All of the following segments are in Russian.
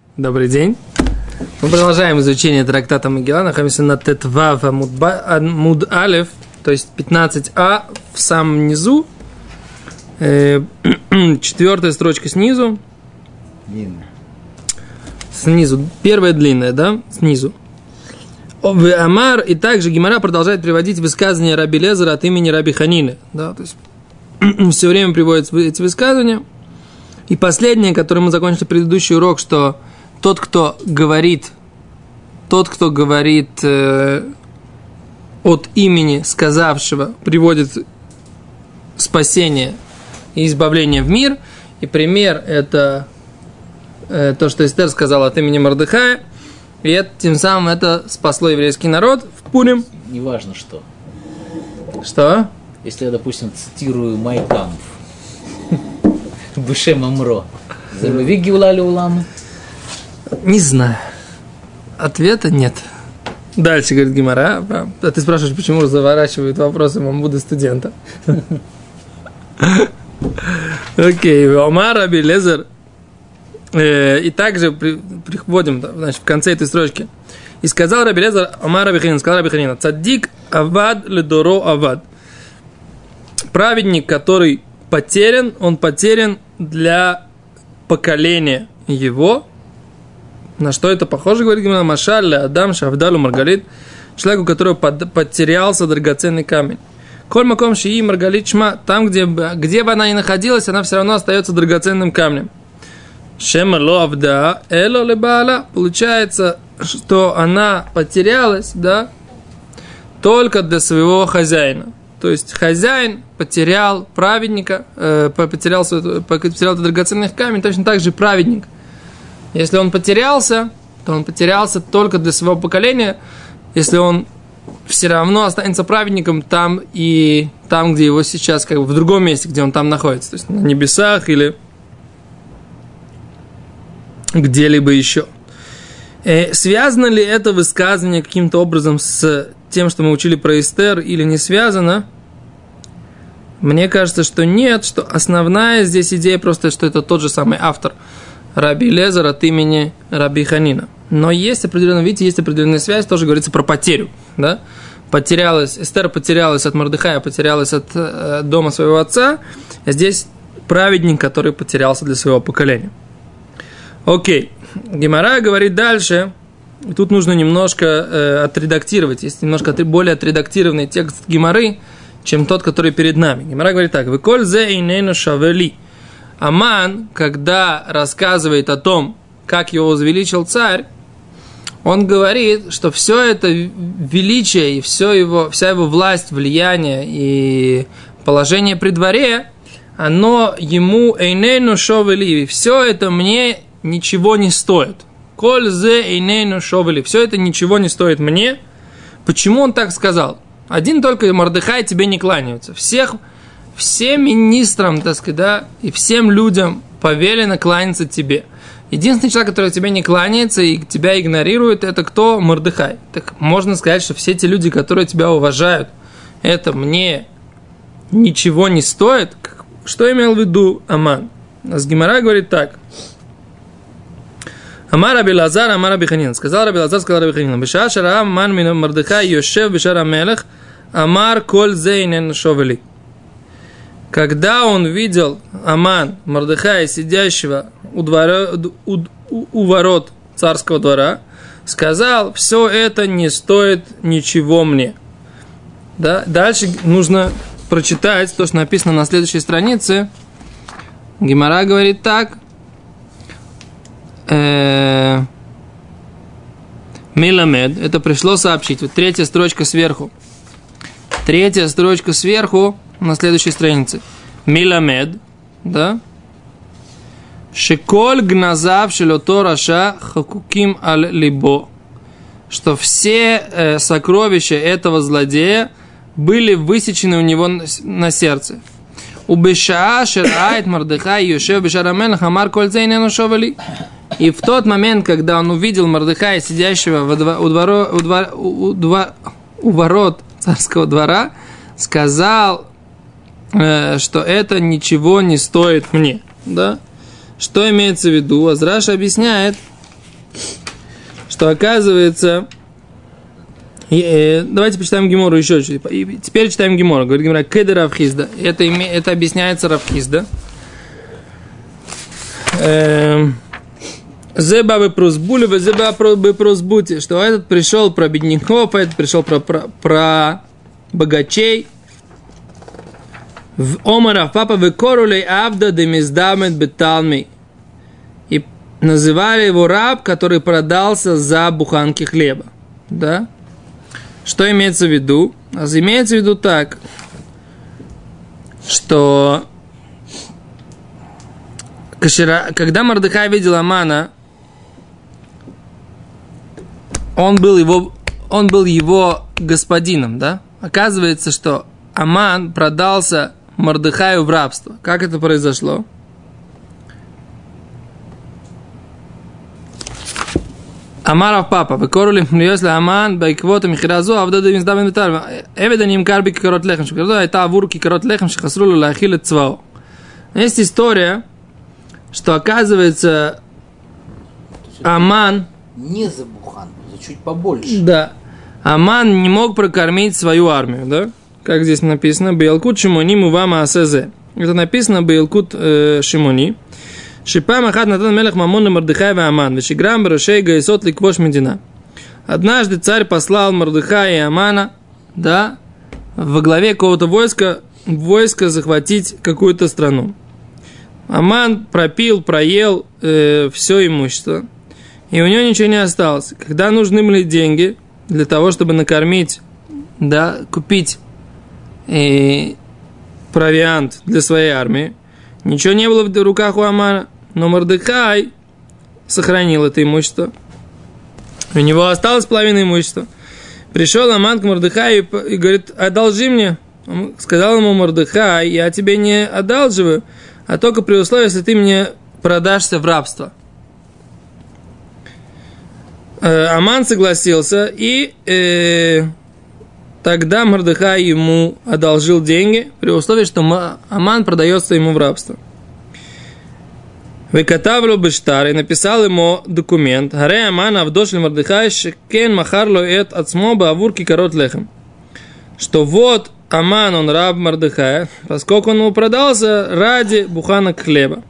Добрый день. Мы продолжаем изучение трактата Мегилла. Находимся на Тетвав Амуд Алеф, то есть 15а в самом низу. 4-я строчка снизу. Длинная. Снизу. Первая длинная, да? Снизу. Амар, и также Гемара продолжает приводить высказывания Раби Лезера от имени Раби Ханины. Да? То есть все время приводятся эти высказывания. И последнее, которое мы закончили предыдущий урок, что тот, кто говорит от имени сказавшего, приводит спасение и избавление в мир. И пример это то, что Эстер сказала от имени Мордехая. И это, тем самым это спасло еврейский народ в Пурим. Неважно что. Что? Если я, допустим, цитирую Май Кампф, Бешем Амро, Замави Геула Леулам? Не знаю. Ответа нет. Дальше, говорит Гемара. А ты спрашиваешь, почему заворачивают вопросы Мамбуда студента. Окей. Омар Раби Лезер. И также приходим, значит, в конце этой строчки. И сказал Раби Лезер, Омар Раби Ханина, сказал Раби Ханина, цаддик авад ледоро авад. Праведник, который потерян, он потерян для поколения его. На что это похоже, говорит Гемара? Машаль Адам Шавдалу Маргалит, человеку, у которого потерялся драгоценный камень. Коль маком шии Маргалит шма, там, где бы она ни находилась, она все равно остается драгоценным камнем. Шема ло авда эло лебаала. Получается, что она потерялась, да, только для своего хозяина. То есть хозяин потерял праведника, потерял этот драгоценный камень, точно так же праведник. Если он потерялся, то он потерялся только для своего поколения. Если он все равно останется праведником там, где его сейчас, как бы в другом месте, где он там находится, то есть на небесах или где-либо еще. Связано ли это высказывание каким-то образом с тем, что мы учили про Эстер, или не связано? Мне кажется, что нет, что основная здесь идея просто, что это тот же самый автор Раби Лезер от имени Раби Ханина. Но есть определенная, видите, есть определенная связь, тоже говорится про потерю, да? Эстер потерялась от Мордехая, потерялась от дома своего отца, а здесь праведник, который потерялся для своего поколения. Окей, Гемара говорит дальше, и тут нужно немножко отредактировать, есть немножко более отредактированный текст Гемары, чем тот, который перед нами. Гемара говорит так: «Веколь зе эйнейну шавели». Аман, когда рассказывает о том, как его возвеличил царь, он говорит, что все это величие и вся его власть, влияние и положение при дворе, оно ему эйнейну шавели, все это мне ничего не стоит. Коль зе эйнейну шавели, все это ничего не стоит мне. Почему он так сказал? Один только Мордехай тебе не кланяются. Всем министрам, так сказать, да, и всем людям повелено кланяться тебе. Единственный человек, который тебе не кланяется и тебя игнорирует, это кто? Мордехай. Так можно сказать, что все те люди, которые тебя уважают, это мне ничего не стоит. Что имел в виду Аман? Гемара говорит так. Амар Раби Лазар, Амар Раби Ханина. Сказал Раби Лазар, сказал Раби Ханина. Бешаа шара Аман мин Мордехай йошев бешар амелех, Амар коль зе эйнейну шавели. Когда он видел Аман, Мордехая, сидящего у ворот царского двора, сказал: все это не стоит ничего мне. Да? Дальше нужно прочитать то, что написано на следующей странице. Гемара говорит так. Миламед, это пришло сообщить. Вот третья строчка сверху. На следующей странице. Миламед, да? Шеколь гназав шелото раша хакуким аль либо. Что все сокровища этого злодея были высечены у него на сердце. Убешаа шерайт Мордехай йошев бешар амелех амар коль зе эйнейну шавели. И в тот момент, когда он увидел Мордехая, сидящего у ворот царского двора, сказал, что это ничего не стоит мне. Да? Что имеется в виду? Азраш объясняет, что оказывается... давайте почитаем Гемору еще чуть. И теперь читаем Гемору. Говорит Гемора, кеда Рав Хизда. Это объясняется Рав Хизда. Зеба бы прозбули, зеба бы прозбути. Что этот пришел про бедняков, а этот пришел про богачей. В Омарав папа выкорулей авда демиздамет беталми. И называли его раб, который продался за буханки хлеба. Да? Что имеется в виду? Имеется в виду так, что когда Мордехай видел Амана, он был его господином, да? Оказывается, что Аман продался Мордехаю в рабство. Как это произошло? Амаров папа, выкорли мльёс Аман, байквота михиразу, авдада миздам металь. Эведа нимкар би кикарот лехем, шикарду, айта авур кикарот лехем, шихасрулу лахилет цвао. Есть история, что оказывается Аман... Не за буханку, за чуть побольше. Да. Аман не мог прокормить свою армию, да? Как здесь написано, Бейлкут Шимони Мувама Асезе. Это написано Бейлкут Шимони. Шипам Ахад Натан Мелех Мамон на Мордехай ва Аман. Вешиграм Барашей Гаисот Ликвош Медина. Однажды царь послал Мордехая и Амана, да, во главе какого-то войска захватить какую-то страну. Аман пропил, проел все имущество, и у него ничего не осталось. Когда нужны были деньги для того, чтобы накормить, да, купить провиант для своей армии, ничего не было в руках у Амана, но Мордехай сохранил это имущество. У него осталось половина имущества. Пришел Аман к Мордехаю и говорит: одолжи мне. Он сказал ему Мордехай: я тебе не одалживаю, а только при условии, если ты мне продашься в рабство. Аман согласился, и тогда Мордехай ему одолжил деньги, при условии, что Аман продается ему в рабство. Выкатавлю бештар, и написал ему документ. Харе Аман авдошли Мордехай шекен махарло эт ацмоба авурки корот лехем. Что вот Аман, он раб Мордехая, поскольку он ему продался ради буханок хлеба.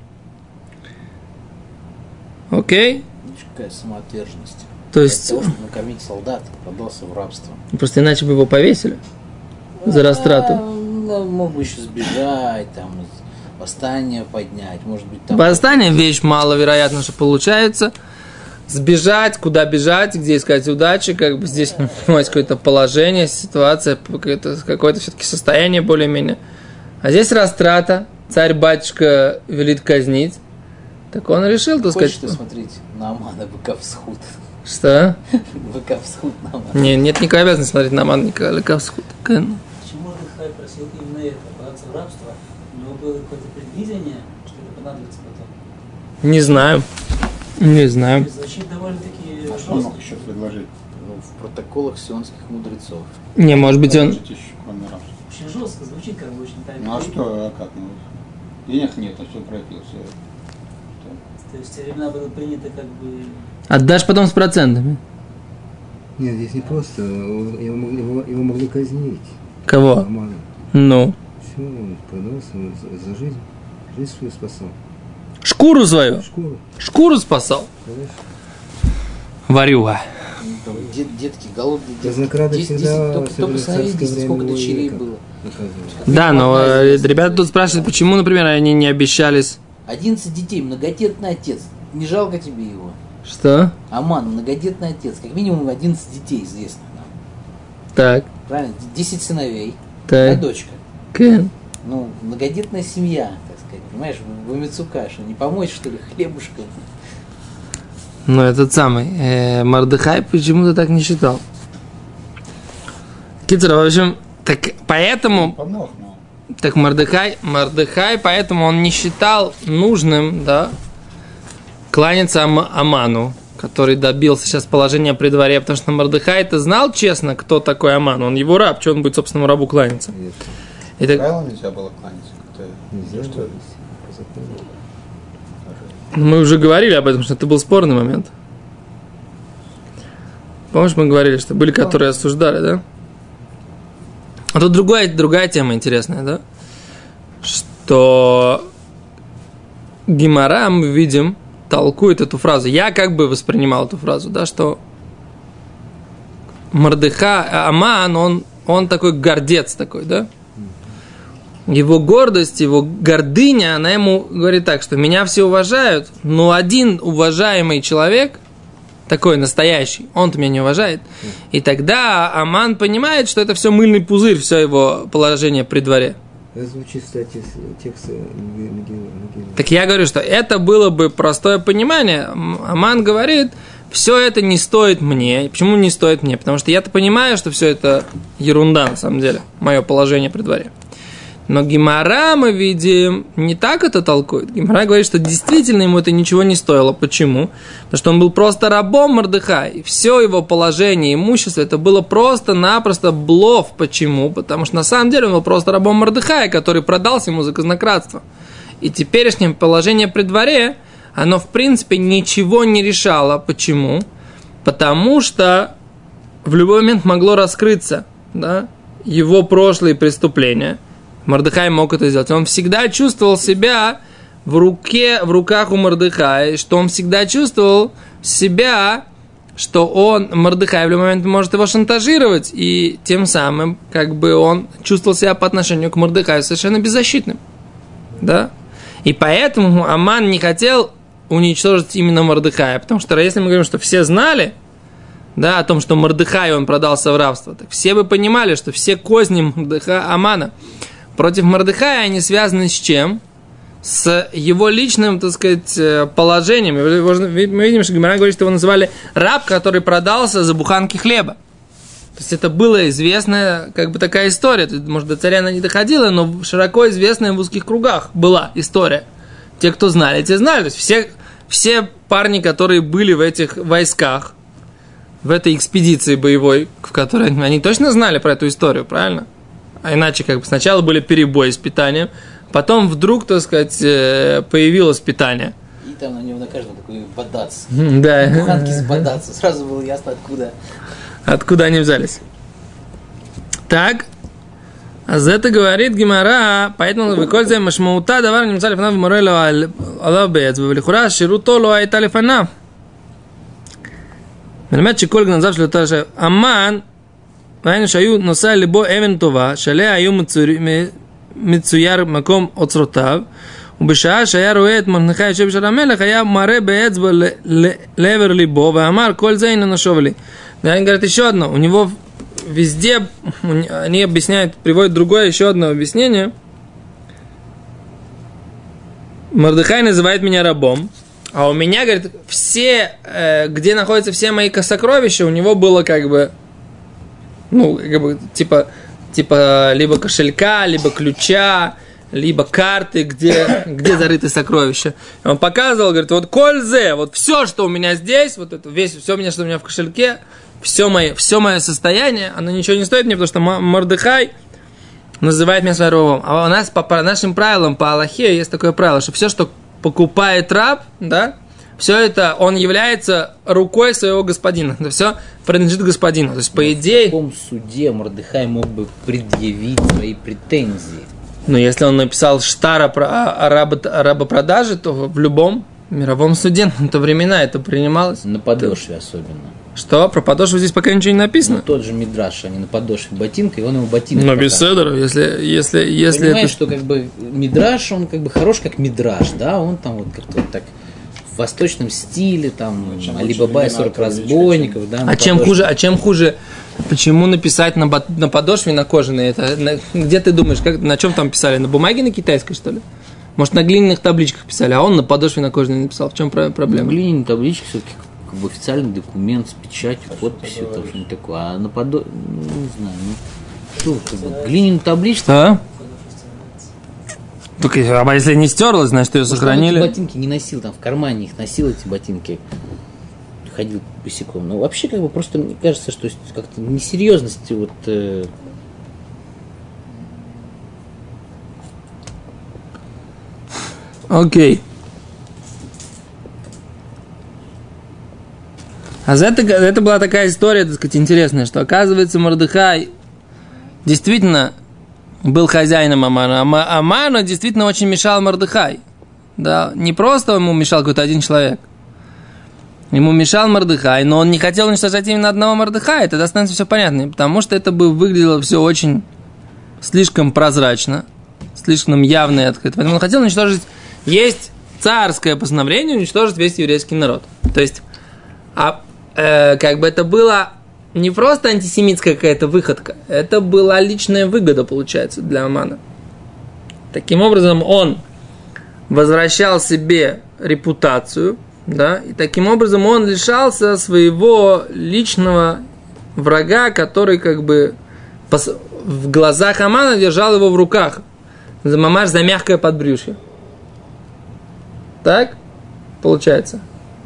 Окей? Какая самоотверженность. То есть... Для того, чтобы накормить солдат, продался в рабство. Просто иначе бы его повесили за растрату. Мог бы еще сбежать, там, восстание поднять, может быть, там... Восстание вещь маловероятно, что получается. Сбежать, куда бежать, где искать удачи, как бы здесь понимать какое-то положение, ситуация, какое-то все-таки состояние более-менее. А здесь растрата, царь-батюшка велит казнить. Так он решил, так сказать... Хочешь смотреть на Амана Быкавсхуд? Что? Быкавсхуд на Амана. Нет никакой обязанности смотреть на Амана Быкавсхуд. Почему Мордехай просил именно это, податься в рабство? У него было какое-то предвидение, что это понадобится потом? Не знаю. Не знаю. Звучит довольно-таки А что он мог еще предложить? Ну, в протоколах сионских мудрецов. Не, может быть, он... очень жестко звучит, как бы очень тайно. Ну а что, а как? Ну, денег нет, а все пропился. То есть в те времена было принято как бы... Отдашь потом с процентами. Нет, здесь не просто. Его могли казнить. Кого? Амана. Ну. Все, он продался за жизнь. Жизнь свою спасал. Шкуру свою? Шкуру. Шкуру спасал? Конечно. Варюга. Там детки, голодные детки. Казнокрады 10, всегда только посмотри, царское сколько время дочерей века было. наказывали. Да, но ребята тут спрашивают, почему, например, они не обещались... 11 детей, многодетный отец. Не жалко тебе его? Что? Аман, многодетный отец. Как минимум 11 детей известно нам. Так. Правильно? 10 сыновей. Так. Одна дочка. Кен. Ну, многодетная семья, так сказать. Понимаешь, в Мицукашу. Не помочь, что ли, хлебушком? Ну, этот самый. Мордехай почему-то так не считал. Китер, в общем, так поэтому... Помог, но... Так Мордехай, поэтому он не считал нужным, да, кланяться Аману, который добился сейчас положения при дворе, потому что Мордехай-то знал честно, кто такой Аман. Он его раб, что он будет собственному рабу кланяться. И так... Правило нельзя было кланяться? Нельзя Что? было. По закону. Мы уже говорили об этом, что это был спорный момент. Помнишь, мы говорили, что были, которые осуждали, да? А тут другая тема интересная, да? Что Гемара, мы видим, толкует эту фразу. Я как бы воспринимал эту фразу, да, что Аман, он такой гордец такой, да? Его гордость, его гордыня, она ему говорит так, что меня все уважают, но один уважаемый человек, такой настоящий, он-то меня не уважает. И тогда Аман понимает, что это все мыльный пузырь, все его положение при дворе. Это звучит, кстати, текст Мегилы. Так я говорю, что это было бы простое понимание. Аман говорит, все это не стоит мне. Почему не стоит мне? Потому что я-то понимаю, что все это ерунда, на самом деле, мое положение при дворе. Но Гемара, мы видим, не так это толкует. Гемара говорит, что действительно ему это ничего не стоило. Почему? Потому что он был просто рабом Мордехая. И все его положение, имущество, это было просто-напросто блоф. Почему? Потому что на самом деле он был просто рабом Мордехая, который продался ему за казнократство. И теперешнее положение при дворе, оно в принципе ничего не решало. Почему? Потому что в любой момент могло раскрыться, да, его прошлые преступления. Мордехай мог это сделать. Он всегда чувствовал себя в руках у Мордехая, что он всегда чувствовал себя, что Мордехай в любой момент может его шантажировать, и тем самым, как бы он чувствовал себя по отношению к Мордехаю совершенно беззащитным. Да? И поэтому Аман не хотел уничтожить именно Мордехая, потому что если мы говорим, что все знали, да, о том, что Мордехай он продался в рабство, так все бы понимали, что все козни Амана против Мордехая, они связаны с чем? С его личным, так сказать, положением. Мы видим, что Гемара говорит, что его называли раб, который продался за буханки хлеба. То есть это была известная, как бы такая история. Может, до царя она не доходила, но широко известная в узких кругах была история. Те, кто знали, те знали. То есть все парни, которые были в этих войсках, в этой экспедиции боевой, в которой они точно знали про эту историю, правильно? А иначе, как бы, сначала были перебои с питанием, потом вдруг, так сказать, появилось питание. И там на него на каждом такой бадац. Да. Буханки с бадацу. Сразу было ясно, откуда. Откуда они взялись. Так. А за это говорит Гемара, поэтому выкользаем машмаута давар немца лифанав морело алав бец, вавлихура шируто ло айта лифанав. מלמד שכל גנזיו של אותו השם, אמן, ראינו שהיו נושא לבו אבן טובה, שעליה היו מצויר מקום אוצרותיו, ובשעה שהיה רואה את מרדכי יושב בשער המלך, היה מראה באצבע לעבר ליבו, ואמר, כל זה אינו נשוב לי. ואני говорит еще одно, у него везде, они объясняют, приводят другое, еще одно объяснение. Мордехай называет меня рабом, а у меня, говорит, все, где находятся все мои сокровища, у него было как бы, ну, как бы, типа либо кошелька, либо ключа, либо карты, где зарыты сокровища. Он показывал, говорит, вот кользе, вот все, что у меня здесь, вот это все, что у меня в кошельке, все мое состояние, оно ничего не стоит мне, потому что Мордехай называет меня своим рабом. А у нас по нашим правилам, по Аллахе, есть такое правило, что все, что покупает раб, да, все это, он является рукой своего господина. Это все принадлежит господину. То есть, по идее... В каком суде Мордехай мог бы предъявить свои претензии? Ну, если он написал штар о рабопродаже, то в любом мировом суде на то времена это принималось. На подошве особенно. Что? Про подошву здесь пока ничего не написано. Ну, тот же Мидраш, они на подошве ботинка, и он ему ботинок но без седера, если понимаешь, это... что как бы Мидраш, он как бы хорош как Мидраш, да, он там вот как-то вот так в восточном стиле, там, Али-Баба и 40 разбойников, да. А чем хуже, почему написать на подошве на кожаной? Это, где ты думаешь, на чем там писали? На бумаге на китайской, что ли? Может, на глиняных табличках писали, а он на подошве на кожаной написал. В чем проблема? На глиняной табличке все-таки как бы официальный документ с печатью, подписью, там что-нибудь такое. А на подошве, не знаю, что, как бы, глиняную табличку. А? Только, а если не стерлась, значит, ее сохранили. Он эти ботинки не носил, там в кармане их носил, эти ботинки. Ходил босиком. Но вообще, как бы, просто мне кажется, что как-то несерьезности вот... Окей. А это была такая история, так сказать, интересная, что, оказывается, Мордехай действительно был хозяином Амана. Аману действительно очень мешал Мордехай. Да, не просто ему мешал какой-то один человек. Ему мешал Мордехай, но он не хотел уничтожать именно одного Мордехая. Тогда становится все понятно, потому что это бы выглядело все очень слишком прозрачно, слишком явно и открыто. Поэтому он хотел уничтожить... Есть царское постановление уничтожить весь еврейский народ. То есть, как бы это было не просто антисемитская какая-то выходка, это была личная выгода, получается, для Амана. Таким образом, он возвращал себе репутацию, да, и таким образом он лишался своего личного врага, который как бы в глазах Амана держал его в руках, мамаш за мягкое подбрюшье. Так? Получается.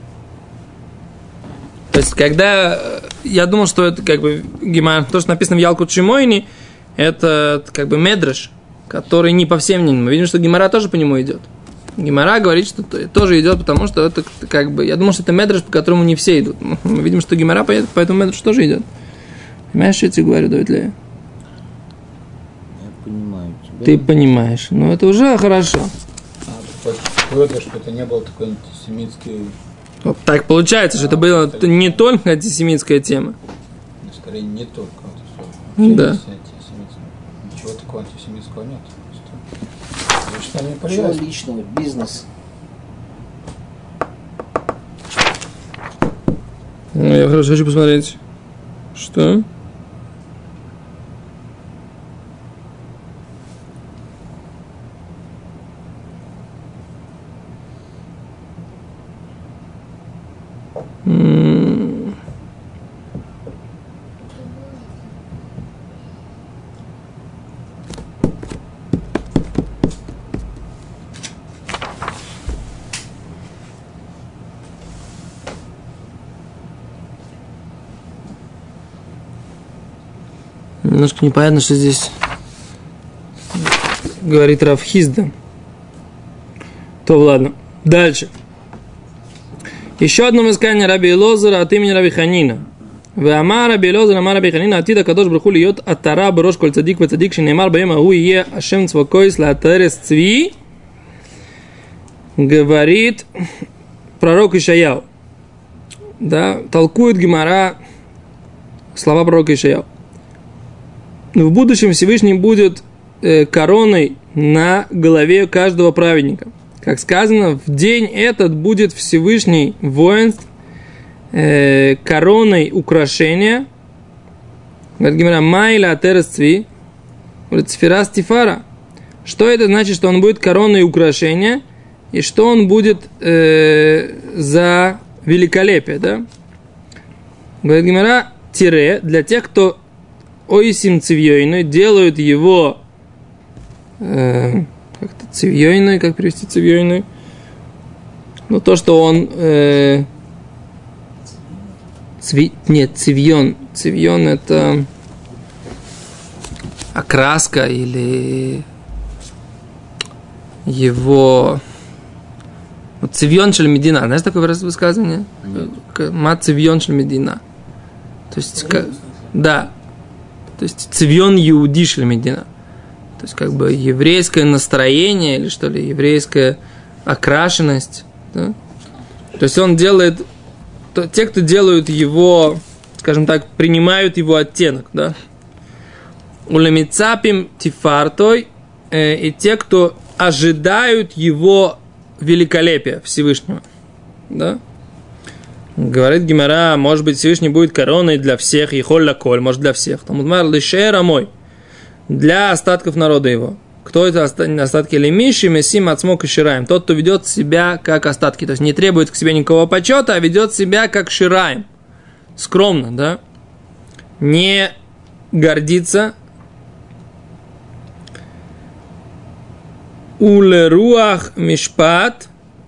То есть, когда я думал, что это как бы то, что написано в Ялкут Шимойни, это как бы медреш, который не по всем мнениям. Мы видим, что Гемара тоже по нему идет. Гемара говорит, что тоже идет, потому что это как бы... Я думал, что это медреш, по которому не все идут. Мы видим, что Гемара по этому медрешу тоже идет. Понимаешь, что я тебе говорю, Давид Лея? Я понимаю тебя. Ты понимаешь. Ну, это уже хорошо. Твердо, что это не был такой антисемитский... Вот так получается, что это было не только антисемитская тема. Скорее, не только. Да. Ничего такого антисемитского нет. Ничего личного, бизнес. Ну, я хорошо хочу посмотреть. Что? Немножко непонятно, что здесь говорит Рав Хизда. То ладно. Дальше. Еще одно искание Раби Элозера от имени Раби Ханина. Веамар Раби Элозер, Амар Раби Ханина, Атида Кадош Браху льет Атара Брош Коль Цадик Вацадик, Шинеймар Баем Агу Е Ашем Цвакойс Латерес Цви, говорит пророк Ишаяу. Да, толкует Гемара слова пророка Ишаяу. В будущем Всевышний будет короной на голове каждого праведника. Как сказано, в день этот будет Всевышний воинств короной украшения. Говорит Гемара, Майла Атерес Цви, говорит, Сфера Стифара. Что это значит, что он будет короной украшения, и что он будет за великолепие, да? Говорит Гемара, тире, для тех, кто Ойсим цивьёйной, делают его как-то цивьёйной, как перевести цивьёйной? Ну, то, что он нет, цивьон. Цивьон это окраска или его цивьон шель медина. Знаешь такое высказывание? Мат цивьон шель медина. То есть, да. То есть цивьон Иуди шель медина. То есть, как бы еврейское настроение, или что ли, еврейская окрашенность. Да? То есть он делает, те, кто делают его, скажем так, принимают его оттенок, да. Улемицапим тифартой, и те, кто ожидают его великолепия Всевышнего, да. Говорит Гемара, может быть, Всевышний будет короной для всех, и холля коль, может, для всех. Тамудмар лишера мой, для остатков народа его. Кто это остатки? Лемиши, месим, ацмок и шираем. Тот, кто ведет себя как остатки, то есть не требует к себе никакого почета, а ведет себя как шираем. Скромно, да? Не гордится. Улеруах мишпат.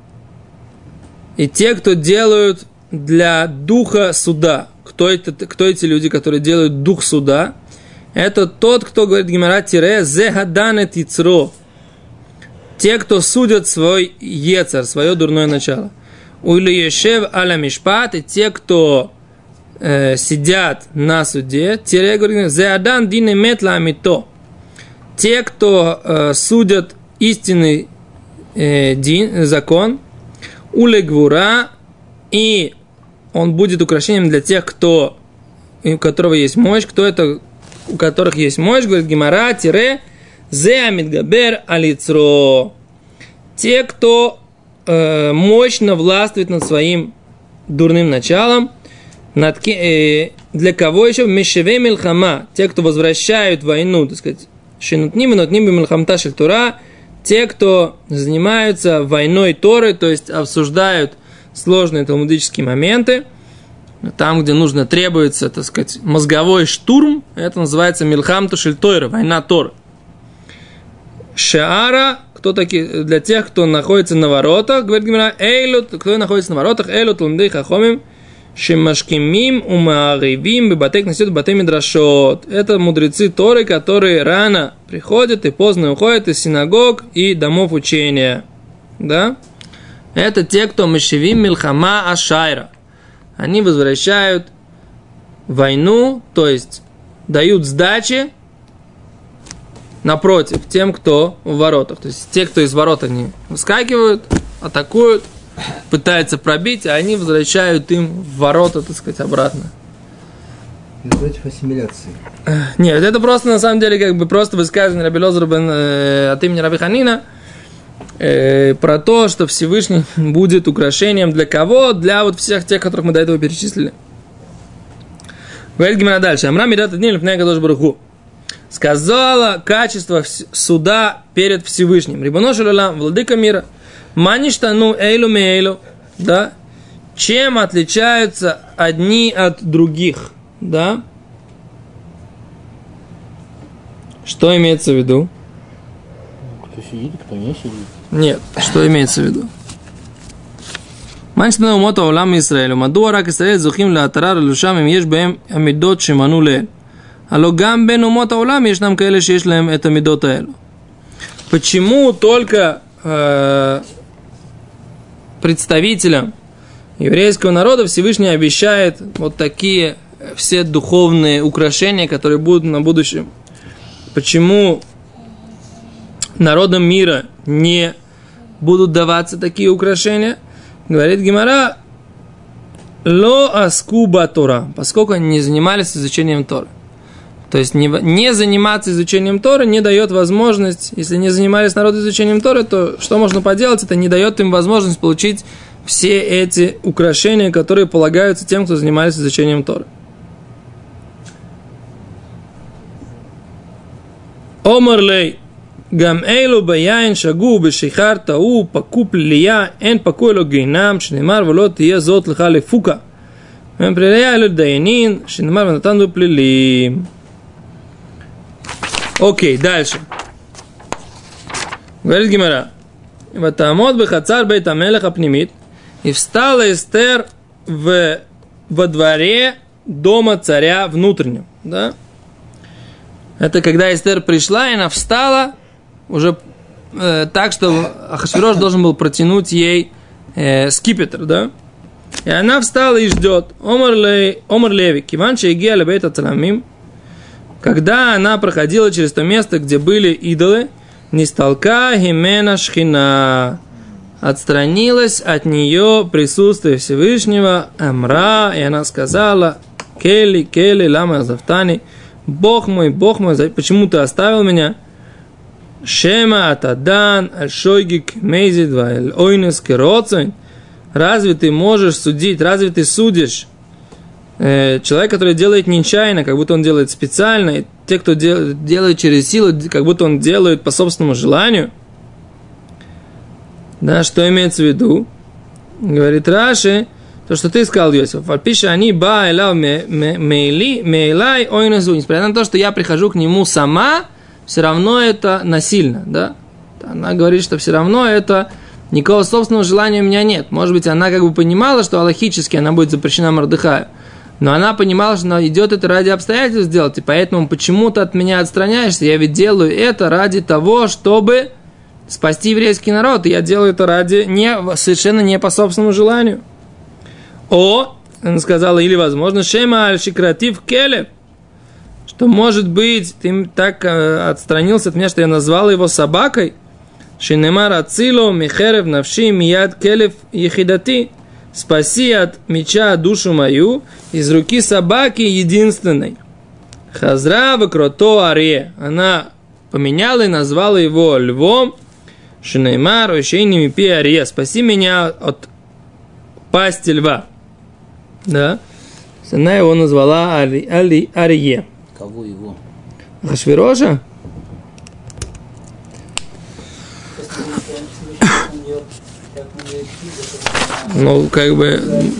И те, кто делают для духа суда. Кто эти люди, которые делают дух суда? Это тот, кто, говорит Гемара, тире зехадане тицро. Те, кто судят свой ецар, свое дурное начало. Улиешев аля мишпат, и те, кто сидят на суде, «Зеадан дин эмет ламито». Те, кто судят истинный закон, улегвура, и он будет украшением для тех, у которого есть мощь. Кто это, у которых есть мощь? Говорит Гемара, зе амидгабер алицро. Те, кто мощно властвует над своим дурным началом. Для кого еще? Мешеве милхама. Те, кто возвращают войну, так сказать, шинутним и нотним милхамта шельтура. Те, кто занимаются войной Торы, то есть обсуждают сложные талмудические моменты, там, где требуется, так сказать, мозговой штурм, это называется милхамта шельтойра, война Торы. Шаара, кто такие? Для тех, кто находится на воротах, говорит Гемара, кто находится на воротах, эйлу талмидей хахомим, шемашкимим умааривим бебатек насет батей мидрашот. Это мудрецы Торы, которые рано приходят и поздно уходят из синагог и домов учения. Да? Это те, кто мешевим милхама ашайра. Они возвращают войну, то есть дают сдачи напротив тем, кто в воротах. То есть те, кто из ворот, они выскакивают, атакуют, пытаются пробить, а они возвращают им в ворота, так сказать, обратно. Это против ассимиляции. Нет, это просто, на самом деле, как бы просто высказывание Раби Элиэзер от имени Раби Ханина про то, что Всевышний будет украшением для кого? Для вот всех тех, которых мы до этого перечислили. Говорит Гемара дальше. Амра мидат аднин лифней кадош барух ху. Сказала качество суда перед Всевышним. Рибоно шель олам, владыка мира. Маништану эйлу ме эйлу. Да? Чем отличаются одни от других? Да? Что имеется в виду? Кто сидит, кто не сидит. Нет, что имеется в виду? Маништану умот аолам Исраэлю. Мадуа рак Исраэль зухим лаатарар лушам им еш бэм амидот шиману лээл. Алло гам бен умот аолам еш нам каэле шеш лэм это амидот аэлу. Почему только представителям еврейского народа Всевышний обещает вот такие все духовные украшения, которые будут на будущем? Почему народам мира не будут даваться такие украшения? Говорит Гемара, ло аскуба Тора, поскольку они не занимались изучением Торы. То есть не заниматься изучением Торы не дает возможность, если не занимались народ изучением Торы, то что можно поделать? Это не дает им возможность получить все эти украшения, которые полагаются тем, кто занимались изучением Торы. Омарлей гам эйлу баяин шагу бешихар тау пакуп лия эн пакуэло гейнам шнемар волот тия зот лиха лефука эн прилия элю дайнин шнемар ванатанду плилим. Окей, дальше. Говорит Гемара. Ватамот бехацар бейт амелех апнимит. И встала Эстер во дворе дома царя внутреннего. Да? Это когда Эстер пришла, и она встала уже так, что Ахашвирош должен был протянуть ей скипетр, да? И она встала и ждет. Омар Леви, киван шейгия лебейт ацаламим. Когда она проходила через то место, где были идолы, нисталка химена шхина, отстранилась от нее присутствие Всевышнего, Амра, и она сказала, Кели, Кели, лама зафтани, Бог мой, почему ты оставил меня? Шема атадан, аль-шойгик, мейзидва, аль-ойнес, кероцин. Разве ты можешь судить, разве ты судишь человек, который делает нечаянно, как будто он делает специально, и те, кто делает через силу, как будто он делает по собственному желанию? Да, что имеется в виду? Говорит Раши, то, что ты сказал, Йосиф. Пиша они ба элау мейлай ойнезу. Несмотря на то, что я прихожу к нему сама, все равно это насильно, да? Она говорит, что все равно это никакого собственного желания у меня нет. Может быть, она как бы понимала, что алахически она будет запрещена Мордехаю. Но она понимала, что она идет это ради обстоятельств сделать, и поэтому почему ты от меня отстраняешься? Я ведь делаю это ради того, чтобы спасти еврейский народ, и я делаю это ради совершенно не по собственному желанию. она сказала, или возможно, шема аль-шикратив келев, что, может быть, ты так отстранился от меня, что я назвал его собакой. Шинемар ацило михерев навши мияд келев ехидати. Спаси от меча душу мою из руки собаки единственной. Хазра выкрото аре. Она поменяла и назвала его львом. Шинеймар ощейни мипи аре. Спаси меня от пасти льва. Да. Она его назвала Арие. Кого его? Ахашвироша? Ну, как бы...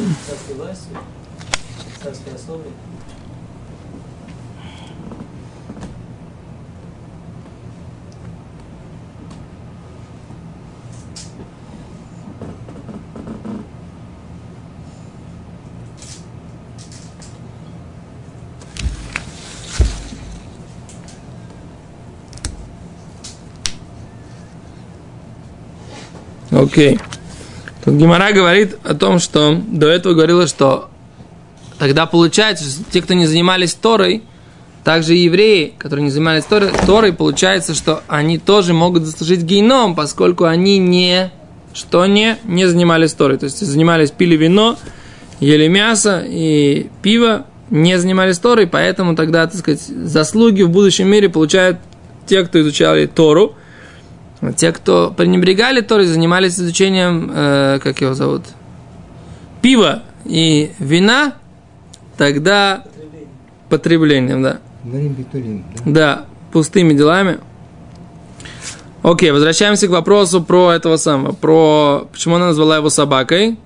Окей. Тут Гемара говорит о том, что до этого говорила, что тогда получается, что те, кто не занимались Торой, также и евреи, которые не занимались Торой, получается, что они тоже могут заслужить гейном, поскольку они не занимались Торой. То есть занимались, пили вино, ели мясо и пиво, не занимались Торой, поэтому тогда, так сказать, заслуги в будущем мире получают те, кто изучали Тору. Те, кто пренебрегали Торой, занимались изучением, как его зовут, пива и вина, тогда потреблением, да. Да, пустыми делами. Окей, возвращаемся к вопросу про этого самого, про почему она назвала его собакой.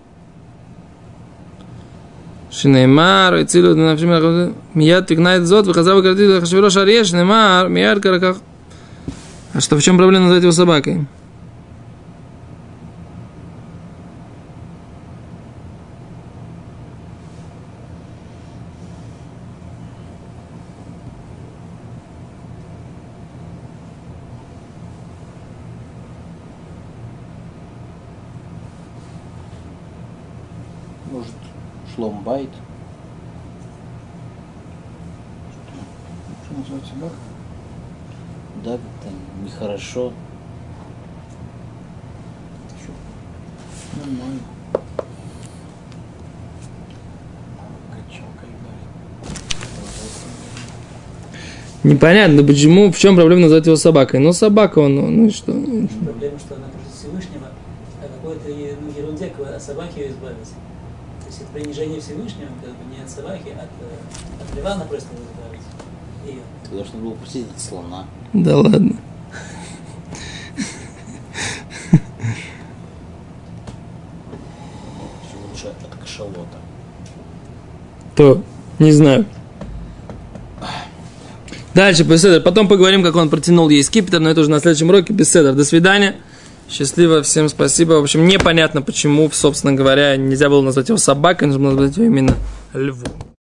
Шинеймар, Ицилу, Мияд, Тикнайт, Зот, Выхазав, Картид, Хашвирош, Арье, Шинеймар, Мияд, Караках. А что, в чем проблема назвать его собакой? Может, шломбайт? Что называть собака? Да, как-то нехорошо. Нормально. Качалкой ударит. Непонятно, почему, в чем проблема назвать его собакой. Ну, собака он, ну и что? Проблема, что она против Всевышнего, а какой-то ерунде от собаки ее избавиться. То есть это принижение Всевышнего, как бы не от собаки, а от льва она просто избавиться. Ее. Ты должен был посетить слона. Да ладно. Лучше от кашалота. То, не знаю. Дальше, беседер. Потом поговорим, как он протянул ей скипетр, но это уже на следующем уроке. Беседер. До свидания. Счастливо, всем спасибо. В общем, непонятно, почему, собственно говоря, нельзя было назвать его собакой, нужно было назвать его именно львом.